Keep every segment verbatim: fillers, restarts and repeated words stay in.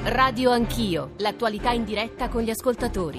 Radio Anch'io, l'attualità in diretta con gli ascoltatori.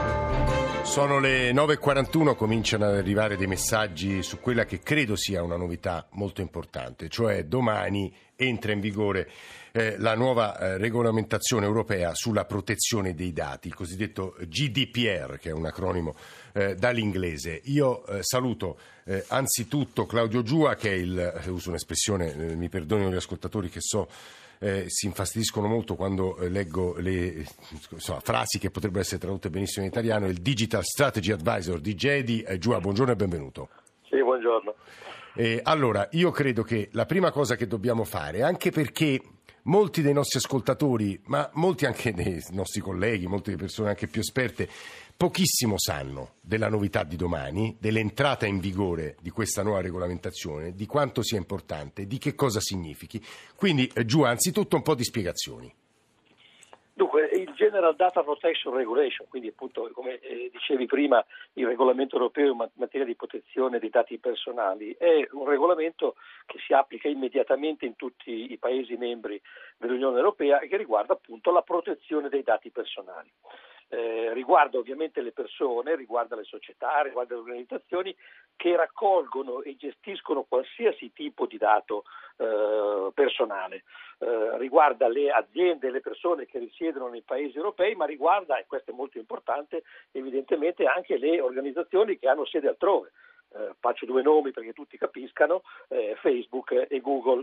Sono le nove e quarantuno, cominciano ad arrivare dei messaggi su quella che credo sia una novità molto importante, cioè domani entra in vigore eh, la nuova eh, regolamentazione europea sulla protezione dei dati, il cosiddetto G D P R, che è un acronimo eh, dall'inglese. Io eh, saluto eh, anzitutto Claudio Giua, che è il, eh, uso un'espressione, eh, mi perdonino gli ascoltatori che so, Eh, si infastidiscono molto quando eh, leggo le insomma, frasi che potrebbero essere tradotte benissimo in italiano, il Digital Strategy Advisor di G E D I. Eh, Giua, buongiorno e benvenuto. Sì, buongiorno. Eh, allora, io credo che la prima cosa che dobbiamo fare, anche perché molti dei nostri ascoltatori, ma molti anche dei nostri colleghi, molte persone anche più esperte, pochissimo sanno della novità di domani, dell'entrata in vigore di questa nuova regolamentazione, di quanto sia importante, di che cosa significhi. Quindi, eh, giù, anzitutto un po' di spiegazioni. Dunque, il General Data Protection Regulation, quindi appunto come eh, dicevi prima il regolamento europeo in materia di protezione dei dati personali, è un regolamento che si applica immediatamente in tutti i Paesi membri dell'Unione Europea e che riguarda appunto la protezione dei dati personali. Eh, riguarda ovviamente le persone, riguarda le società, riguarda le organizzazioni che raccolgono e gestiscono qualsiasi tipo di dato eh, personale, eh, riguarda le aziende e le persone che risiedono nei paesi europei, ma riguarda, e questo è molto importante, evidentemente anche le organizzazioni che hanno sede altrove. Eh, faccio due nomi perché tutti capiscano, eh, Facebook e Google.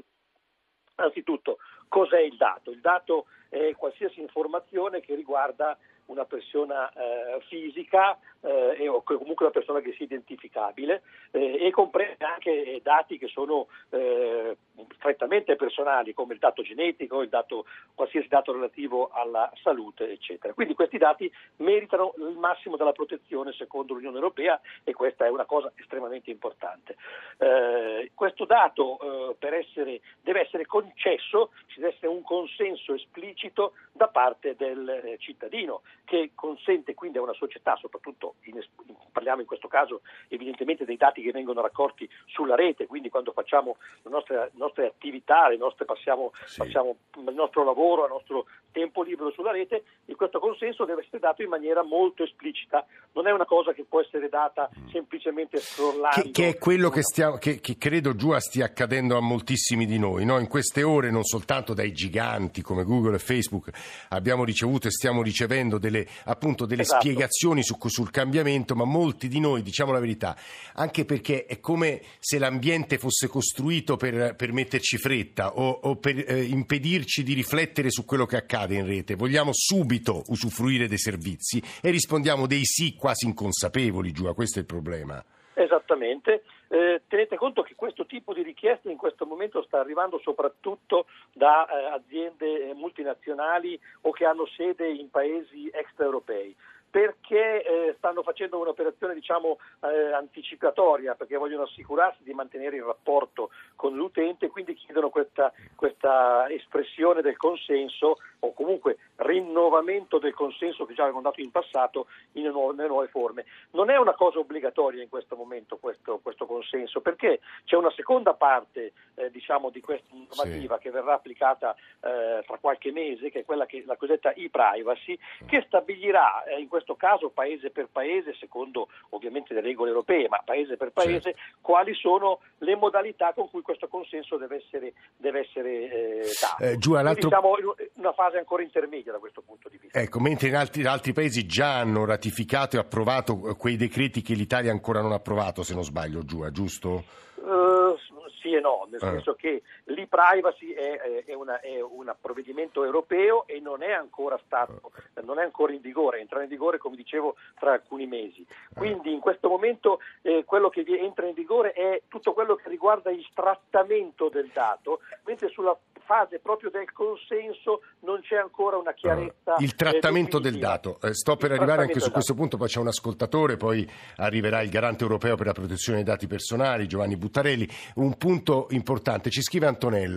Anzitutto, cos'è il dato? Il dato è qualsiasi informazione che riguarda una persona eh, fisica eh, e, o comunque una persona che sia identificabile eh, e comprende anche dati che sono eh, strettamente personali, come il dato genetico, il dato, qualsiasi dato relativo alla salute, eccetera. Quindi questi dati meritano il massimo della protezione secondo l'Unione Europea e questa è una cosa estremamente importante. Eh, questo dato eh, per essere, deve essere concesso, ci deve essere un consenso esplicito da parte del eh, cittadino, che consente quindi a una società, soprattutto in, parliamo in questo caso evidentemente dei dati che vengono raccolti sulla rete, quindi quando facciamo le nostre, le nostre attività, le nostre passiamo, sì. passiamo il nostro lavoro, il nostro tempo libero sulla rete, e questo consenso deve essere dato in maniera molto esplicita, non è una cosa che può essere data semplicemente scrollando. Che, che è quello che, stiamo, che, che credo Giua stia accadendo a moltissimi di noi, no? In queste ore non soltanto dai giganti come Google e Facebook abbiamo ricevuto e stiamo ricevendo delle, appunto delle esatto. spiegazioni su, sul cambiamento, ma molti di noi, diciamo la verità, anche perché è come se l'ambiente fosse costruito per, per metterci fretta o, o per eh, impedirci di riflettere su quello che accade in rete. Vogliamo subito usufruire dei servizi e rispondiamo dei sì quasi inconsapevoli, Giua, questo è il problema. Esattamente. Eh, tenete conto che questo tipo di richieste in questo momento sta arrivando soprattutto da eh, aziende multinazionali o che hanno sede in paesi extraeuropei, perché eh, stanno facendo un'operazione diciamo eh, anticipatoria, perché vogliono assicurarsi di mantenere il rapporto con l'utente, quindi chiedono questa, questa espressione del consenso o comunque rinnovamento del consenso che già avevano dato in passato in nuove, nelle nuove forme. Non è una cosa obbligatoria in questo momento questo, questo consenso, perché c'è una seconda parte eh, diciamo di questa normativa sì. che verrà applicata eh, tra qualche mese, che è quella che la cosiddetta e-privacy, che stabilirà eh, in questo caso paese per paese, secondo ovviamente le regole europee, ma paese per paese, certo. quali sono le modalità con cui questo consenso deve essere, deve essere eh, dato. Eh, Giua, l'altro... Quindi siamo in una fase ancora intermedia da questo punto di vista. Ecco, mentre in altri, altri paesi già hanno ratificato e approvato quei decreti che l'Italia ancora non ha approvato, se non sbaglio, Giua, giusto? Uh, sì e no, nel eh. senso che l'e-privacy è, è, una, è un provvedimento europeo e non è ancora stato, eh. non è ancora in vigore, entrerà in vigore come dicevo tra alcuni mesi. Quindi in questo momento eh, quello che entra in vigore è tutto quello che riguarda il trattamento del dato, mentre sulla fase proprio del consenso non c'è ancora una chiarezza. Il trattamento eh, del dato. Eh, sto per il arrivare anche su questo dato. punto, poi c'è un ascoltatore, poi arriverà il garante europeo per la protezione dei dati personali, Giovanni Buttarelli. Un punto importante, ci scrive Antonella,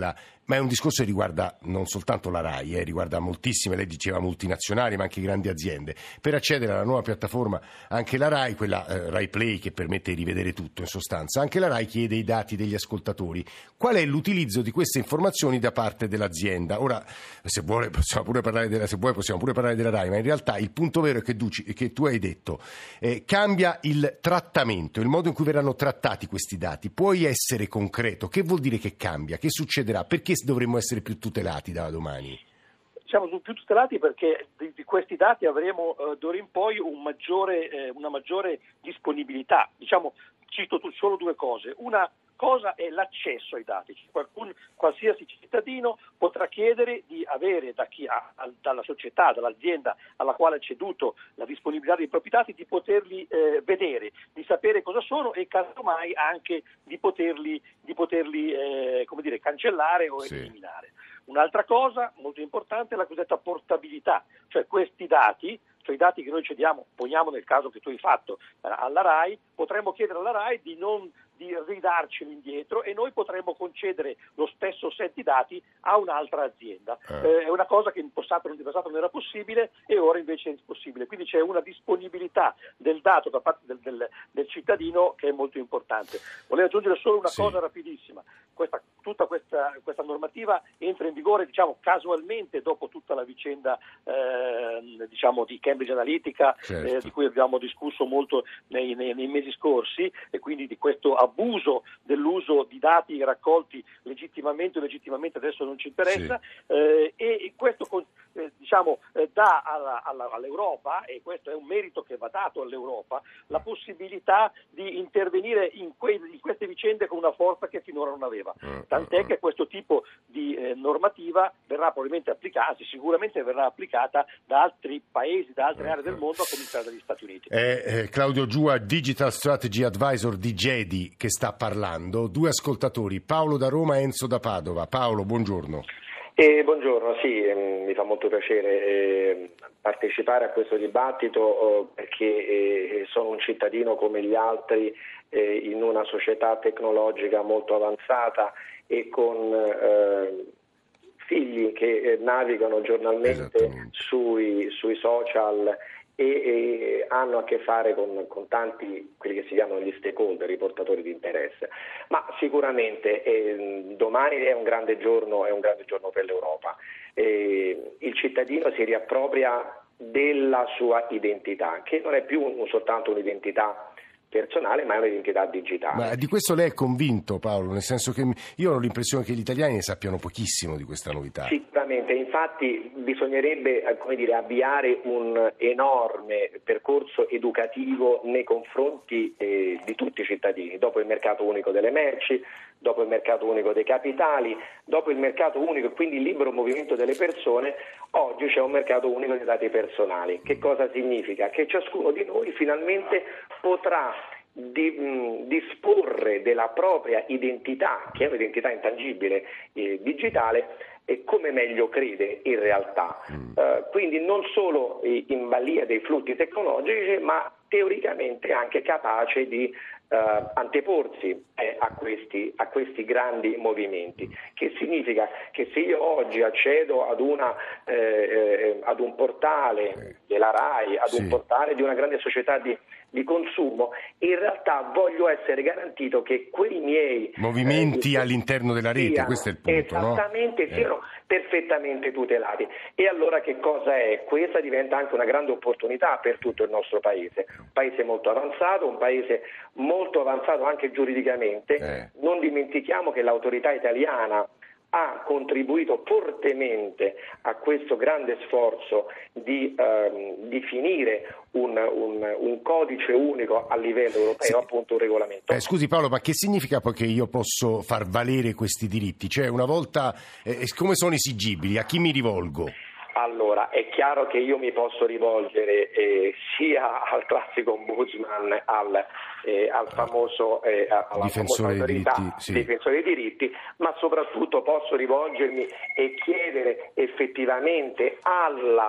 Ma è un discorso che riguarda non soltanto la RAI, eh, riguarda moltissime, lei diceva multinazionali, ma anche grandi aziende. Per accedere alla nuova piattaforma, anche la RAI, quella eh, RAI Play, che permette di rivedere tutto in sostanza, anche la RAI chiede i dati degli ascoltatori. Qual è l'utilizzo di queste informazioni da parte dell'azienda? Ora, se vuole, possiamo pure parlare della, se vuoi, possiamo pure parlare della RAI, ma in realtà il punto vero è che tu, che tu hai detto, eh, cambia il trattamento, il modo in cui verranno trattati questi dati. Puoi essere concreto? Che vuol dire che cambia? Che succederà? Perché dovremmo essere più tutelati da domani? Siamo più tutelati perché di, di questi dati avremo eh, d'ora in poi un maggiore, eh, una maggiore disponibilità. Diciamo, cito tu solo due cose. Una cosa è l'accesso ai dati. Qualcun, qualsiasi cittadino potrà chiedere di avere da chi ha, dalla società, dall'azienda alla quale ha ceduto la disponibilità dei propri dati, di poterli eh, vedere, di sapere cosa sono e casomai anche di poterli, di poterli eh, come dire, cancellare o sì. eliminare. Un'altra cosa molto importante è la cosiddetta portabilità, cioè questi dati, cioè i dati che noi cediamo, poniamo nel caso che tu hai fatto alla RAI, potremmo chiedere alla RAI di non di ridarceli indietro e noi potremmo concedere lo stesso set di dati a un'altra azienda. Eh. Eh, è una cosa che in passato, in passato non era possibile e ora invece è possibile. Quindi c'è una disponibilità del dato da parte del, del, del cittadino che è molto importante. Volevo aggiungere solo una sì. cosa rapidissima. Questa, tutta questa, questa normativa entra in vigore diciamo casualmente dopo tutta la vicenda eh, diciamo di Cambridge Analytica, certo. eh, di cui abbiamo discusso molto nei, nei, nei mesi scorsi, e quindi di questo abuso dell'uso di dati raccolti legittimamente o legittimamente adesso non ci interessa, sì. eh, e questo eh, diciamo eh, dà alla, alla, all'Europa, e questo è un merito che va dato all'Europa, la possibilità di intervenire in, que- in queste vicende con una forza che finora non aveva. Tant'è che questo tipo di eh, normativa verrà probabilmente applicata, sicuramente verrà applicata da altri paesi, da altre aree del mondo, a cominciare dagli Stati Uniti. È eh, Claudio Giua, Digital Strategy Advisor di Gedi, che sta parlando. Due ascoltatori, Paolo da Roma e Enzo da Padova. Paolo, buongiorno. Eh, buongiorno, sì, eh, mi fa molto piacere eh, partecipare a questo dibattito eh, perché eh, sono un cittadino come gli altri eh, in una società tecnologica molto avanzata e con eh, figli che eh, navigano giornalmente sui, sui social e, e hanno a che fare con, con tanti, quelli che si chiamano gli stakeholder, i portatori di interesse. Ma sicuramente eh, domani è un grande giorno, è un grande giorno per l'Europa. Eh, il cittadino si riappropria della sua identità, che non è più un, soltanto un'identità personale, ma è un'identità digitale. Ma di questo lei è convinto, Paolo? Nel senso che io ho l'impressione che gli italiani ne sappiano pochissimo di questa novità. Sicuramente, infatti bisognerebbe, come dire, avviare un enorme percorso educativo nei confronti eh, di tutti i cittadini, dopo il mercato unico delle merci, dopo il mercato unico dei capitali, dopo il mercato unico e quindi il libero movimento delle persone. Oggi c'è un mercato unico dei dati personali. Che cosa significa? Che ciascuno di noi finalmente potrà di, mh, disporre della propria identità, che è un'identità intangibile, eh, digitale, e come meglio crede in realtà. Uh, quindi non solo in balia dei flussi tecnologici, ma teoricamente anche capace di uh, anteporsi eh, a, questi, a questi grandi movimenti. Che significa che se io oggi accedo ad, una, eh, eh, ad un portale della RAI, ad sì. un portale di una grande società di, di consumo, in realtà voglio essere garantito che quei miei movimenti eh, all'interno della rete, siano, questo è il punto, esattamente, no? siano eh. perfettamente tutelati. E allora che cosa è? Questa diventa anche una grande opportunità per tutto il nostro paese, un paese molto avanzato, un paese molto avanzato anche giuridicamente. Eh. Non dimentichiamo che l'autorità italiana ha contribuito fortemente a questo grande sforzo di ehm, definire un, un, un codice unico a livello europeo, sì. appunto un regolamento. Eh, scusi Paolo, ma che significa poi che io posso far valere questi diritti? Cioè una volta, eh, come sono esigibili? A chi mi rivolgo? Allora, è chiaro che io mi posso rivolgere eh, sia al classico ombudsman, al, eh, al famoso eh, alla difensore famosa autorità, dei diritti, sì. difensore dei diritti, ma soprattutto posso rivolgermi e chiedere effettivamente alla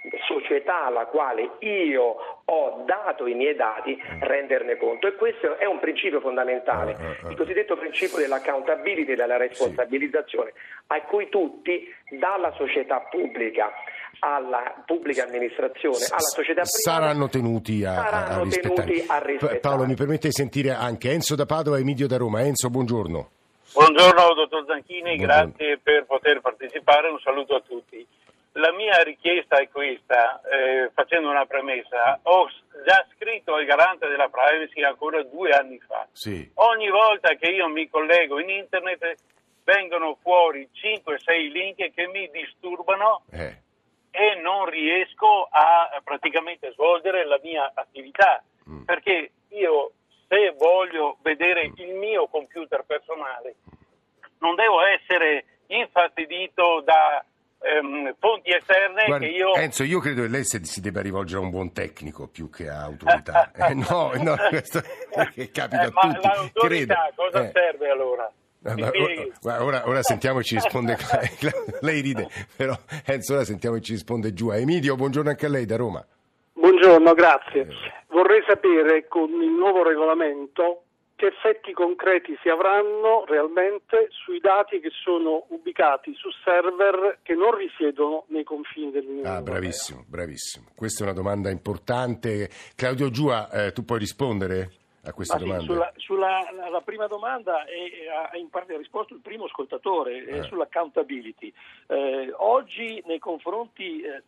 società alla quale io ho dato i miei dati renderne conto, e questo è un principio fondamentale, il cosiddetto principio dell'accountability, della responsabilizzazione, a cui tutti, dalla società pubblica alla pubblica amministrazione, alla società privata, saranno tenuti a, saranno a rispettare. Tenuti a rispettare. Paolo, mi permette di sentire anche Enzo da Padova e Emidio da Roma. Enzo, buongiorno. Buongiorno dottor Zanchini, Buongiorno. Grazie per poter partecipare, un saluto a tutti. La mia richiesta è questa, eh, facendo una premessa: ho già scritto al garante della privacy ancora due anni fa. Sì. Ogni volta che io mi collego in internet vengono fuori cinque sei link che mi disturbano Eh. e non riesco a praticamente svolgere la mia attività, mm. perché io, se voglio vedere il mio computer personale, non devo essere infastidito da ehm, fonti esterne. Guardi, che io... Enzo, io credo che lei si debba rivolgere a un buon tecnico più che a autorità. eh, no, no, questo che capita eh, a ma tutti. l'autorità credo. cosa eh. serve allora? Ora, ora, ora sentiamo e ci risponde. Lei ride, però Enzo, ora sentiamo e ci risponde giù. Emidio, buongiorno anche a lei da Roma. Buongiorno, grazie. Vorrei sapere, con il nuovo regolamento, che effetti concreti si avranno realmente sui dati che sono ubicati su server che non risiedono nei confini dell'Unione Ah, Europea. bravissimo, bravissimo. Questa è una domanda importante. Claudio Giua, eh, tu puoi rispondere a questa Ma sì, domanda? sulla, sulla la, la prima domanda è, ha in parte risposto il primo ascoltatore, eh. sull'accountability. Eh, oggi nei confronti, eh,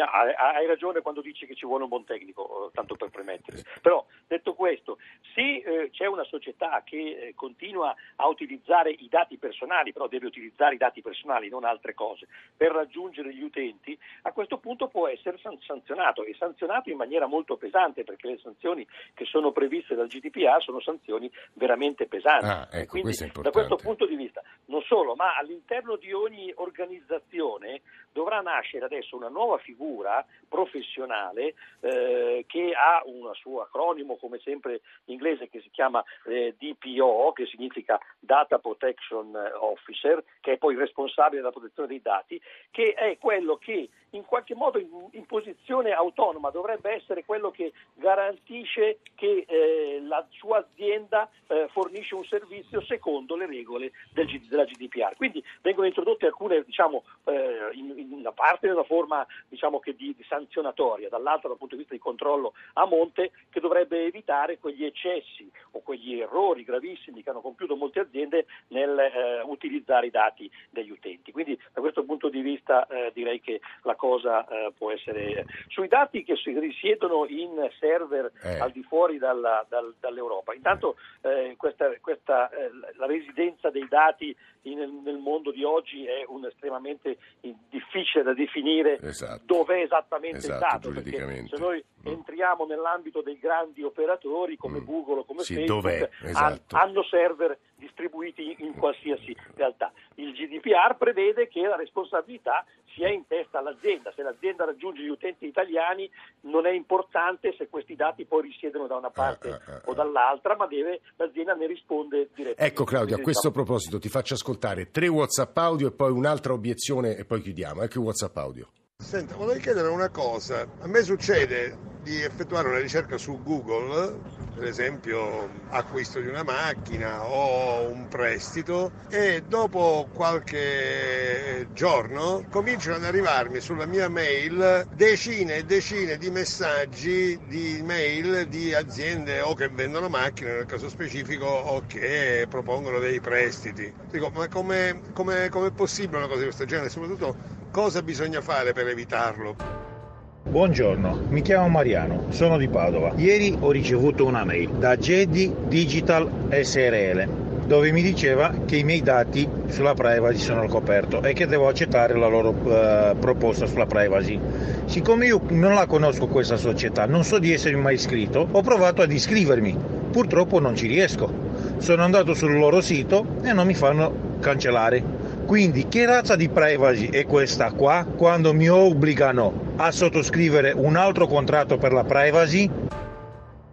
hai ragione quando dici che ci vuole un buon tecnico, tanto per premettere, però detto questo, se eh, c'è una società che eh, continua a utilizzare i dati personali, però deve utilizzare i dati personali, non altre cose, per raggiungere gli utenti, a questo punto può essere sanzionato, e sanzionato in maniera molto pesante, perché le sanzioni che sono previste dal G D P R sono sanzioni veramente pesanti. Ah, ecco, Quindi, questo è da importante. questo punto di vista, non solo, ma all'interno di ogni organizzazione dovrà nascere adesso una nuova figura professionale eh, che ha un suo acronimo, come sempre in inglese, che si chiama eh, D P O, che significa Data Protection Officer, che è poi responsabile della protezione dei dati, che è quello che in qualche modo in, in posizione autonoma dovrebbe essere quello che garantisce che eh, la sua azienda eh, fornisce un servizio secondo le regole del G, della G D P R. Quindi vengono introdotte alcune, diciamo, eh, in, in una parte nella forma, diciamo, che di, di sanzionatoria, dall'altra dal punto di vista di controllo a monte, che dovrebbe evitare quegli eccessi o quegli errori gravissimi che hanno compiuto molte aziende nel eh, utilizzare i dati degli utenti. Quindi da questo punto di vista eh, direi che la cosa eh, può essere sui dati che si risiedono in server eh. al di fuori dalla, dal, dall'Europa. Intanto eh, questa, questa, eh, la residenza dei dati in, nel mondo di oggi è un estremamente difficile da definire, esatto. dove è esattamente esatto, il dato, giuridicamente. perché se noi mm. entriamo nell'ambito dei grandi operatori come mm. Google o come sì, Facebook, esatto. hanno server distribuiti in qualsiasi realtà. Il G D P R prevede che la responsabilità sia in testa all'azienda. Se l'azienda raggiunge gli utenti italiani non è importante se questi dati poi risiedono da una parte ah, ah, ah, o dall'altra, ma deve, l'azienda ne risponde direttamente. Ecco Claudio, a questo proposito ti faccio ascoltare tre WhatsApp audio e poi un'altra obiezione e poi chiudiamo. Ecco il WhatsApp audio. Senta, volevo chiedere una cosa. A me succede di effettuare una ricerca su Google, per esempio acquisto di una macchina o un prestito, e dopo qualche giorno cominciano ad arrivarmi sulla mia mail decine e decine di messaggi di mail di aziende o che vendono macchine nel caso specifico o che propongono dei prestiti. Dico, ma come è possibile una cosa di questo genere? Soprattutto, cosa bisogna fare per evitarlo? Buongiorno, mi chiamo Mariano, sono di Padova. Ieri ho ricevuto una mail da Jedi Digital S R L dove mi diceva che i miei dati sulla privacy sono al coperto e che devo accettare la loro uh, proposta sulla privacy. Siccome io non la conosco questa società, non so di essermi mai iscritto, ho provato ad iscrivermi, purtroppo non ci riesco. Sono andato sul loro sito e non mi fanno cancellare. Quindi che razza di privacy è questa qua quando mi obbligano a sottoscrivere un altro contratto per la privacy?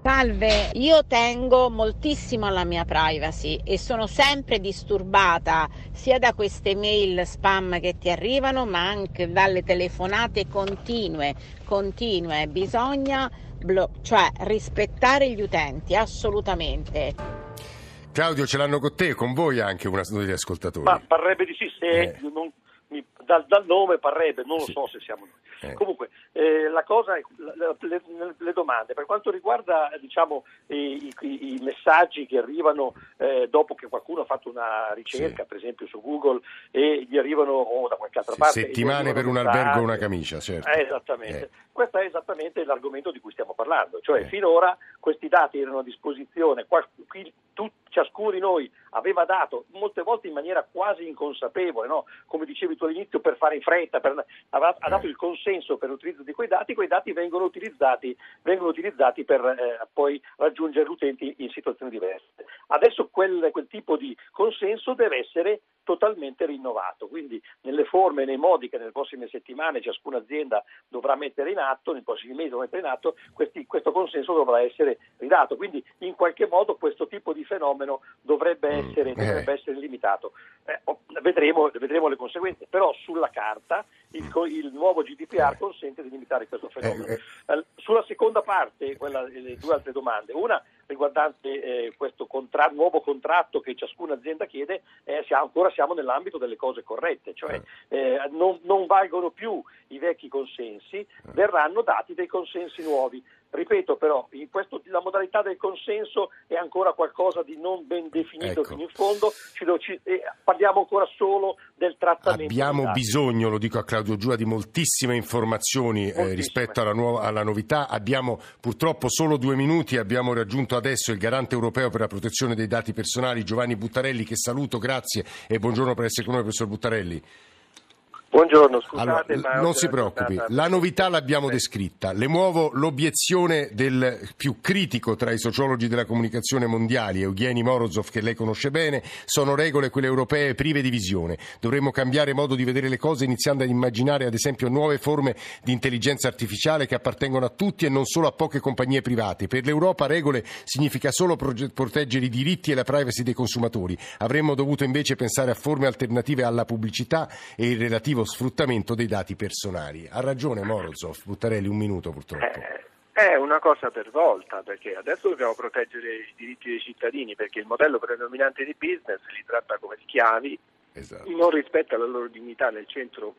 Salve, io tengo moltissimo alla mia privacy e sono sempre disturbata sia da queste mail spam che ti arrivano, ma anche dalle telefonate continue, continue. Bisogna blo- cioè rispettare gli utenti, assolutamente. Claudio, ce l'hanno con te, con voi anche una serie di ascoltatori. Ma parrebbe di sì, se Eh. non, mi, dal, dal nome parrebbe, non lo Sì. so se siamo noi. Eh. Comunque, eh, la cosa è la- le, le domande. Per quanto riguarda diciamo, i, i- i messaggi che arrivano eh, dopo che qualcuno ha fatto una ricerca, Sì. per esempio su Google, e gli arrivano o da qualche altra Sì, parte. settimane e gli per un arrivano albergo o una messaggi. camicia, certo. Eh, esattamente. Eh. Questo è esattamente l'argomento di cui stiamo parlando, cioè Eh. finora questi dati erano a disposizione, qual- qui, tu, ciascuno di noi aveva dato, molte volte in maniera quasi inconsapevole, no? Come dicevi tu all'inizio, per fare in fretta, per, ha, ha dato il consenso per l'utilizzo di quei dati, quei dati vengono utilizzati, vengono utilizzati per eh, poi raggiungere gli utenti in situazioni diverse. Adesso quel, quel tipo di consenso deve essere totalmente rinnovato, quindi nelle forme e nei modi che nelle prossime settimane ciascuna azienda dovrà mettere in atto, nei prossimi mesi dovrà mettere in atto, questi, questo consenso dovrà essere ridato, quindi in qualche modo questo tipo di fenomeno dovrebbe essere, dovrebbe essere limitato. Eh, vedremo, vedremo le conseguenze, però sulla carta il, il nuovo G D P R consente di limitare questo fenomeno. Eh, eh. Sulla seconda parte, quella, le due altre domande, una riguardante eh, questo contra- nuovo contratto che ciascuna azienda chiede, eh, siamo, ancora siamo nell'ambito delle cose corrette, cioè eh, non, non valgono più i vecchi consensi, verranno dati dei consensi nuovi. Ripeto però, in questo, la modalità del consenso è ancora qualcosa di non ben definito Ecco. fino in fondo, ci, ci, eh, parliamo ancora solo del trattamento. Abbiamo bisogno, lo dico a Claudio Giua, di moltissime informazioni eh, rispetto alla, nuova, alla novità. Abbiamo purtroppo solo due minuti, abbiamo raggiunto adesso il garante europeo per la protezione dei dati personali, Giovanni Buttarelli, che saluto, grazie e buongiorno per essere con noi, professor Buttarelli. Buongiorno, scusate, Allora, ma non si preoccupi, giornata... la novità l'abbiamo descritta. Le muovo l'obiezione del più critico tra i sociologi della comunicazione mondiali, Evgeny Morozov, che lei conosce bene. Sono regole, quelle europee, prive di visione. Dovremmo cambiare modo di vedere le cose, iniziando ad immaginare ad esempio nuove forme di intelligenza artificiale che appartengono a tutti e non solo a poche compagnie private. Per l'Europa regole significa solo proge- proteggere i diritti e la privacy dei consumatori. Avremmo dovuto invece pensare a forme alternative alla pubblicità e il relativo sfruttamento dei dati personali. Ha ragione Morozov. Buttarelli, un minuto purtroppo. Eh, è una cosa per volta, perché adesso dobbiamo proteggere i diritti dei cittadini, perché il modello predominante di business li tratta come schiavi, Esatto. non rispetta la loro dignità nel centro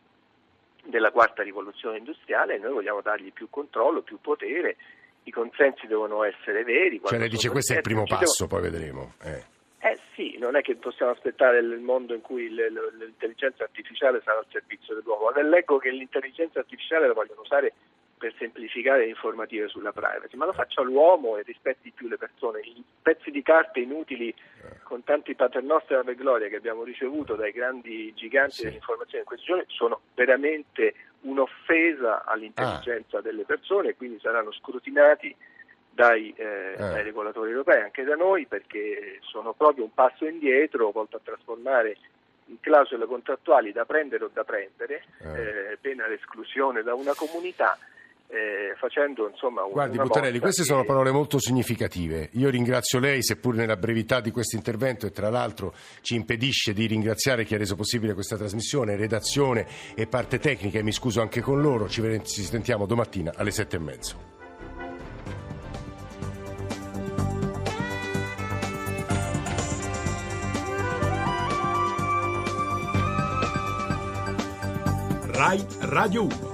della quarta rivoluzione industriale, e noi vogliamo dargli più controllo, più potere, i consensi devono essere veri. Cioè lei dice questo è il primo passo, poi vedremo. Eh. Eh sì, non è che possiamo aspettare il mondo in cui le, le, l'intelligenza artificiale sarà al servizio dell'uomo. Ne leggo che l'intelligenza artificiale la vogliono usare per semplificare le informative sulla privacy, ma lo faccia l'uomo e rispetti più le persone. I pezzi di carta inutili con tanti paternoster ave gloria che abbiamo ricevuto dai grandi giganti sì. dell'informazione in questi giorni sono veramente un'offesa all'intelligenza ah. delle persone, e quindi saranno scrutinati Dai, eh, eh. dai regolatori europei, anche da noi, perché sono proprio un passo indietro volto a trasformare in clausole contrattuali da prendere o da prendere, eh. Eh, pena l'esclusione da una comunità, eh, facendo insomma un, Guardi una Buttarelli, queste che... sono parole molto significative. Io ringrazio lei, seppur nella brevità di questo intervento, e tra l'altro ci impedisce di ringraziare chi ha reso possibile questa trasmissione, redazione e parte tecnica, e mi scuso anche con loro. Ci, ci sentiamo domattina alle sette e mezzo. Rai Radio uno.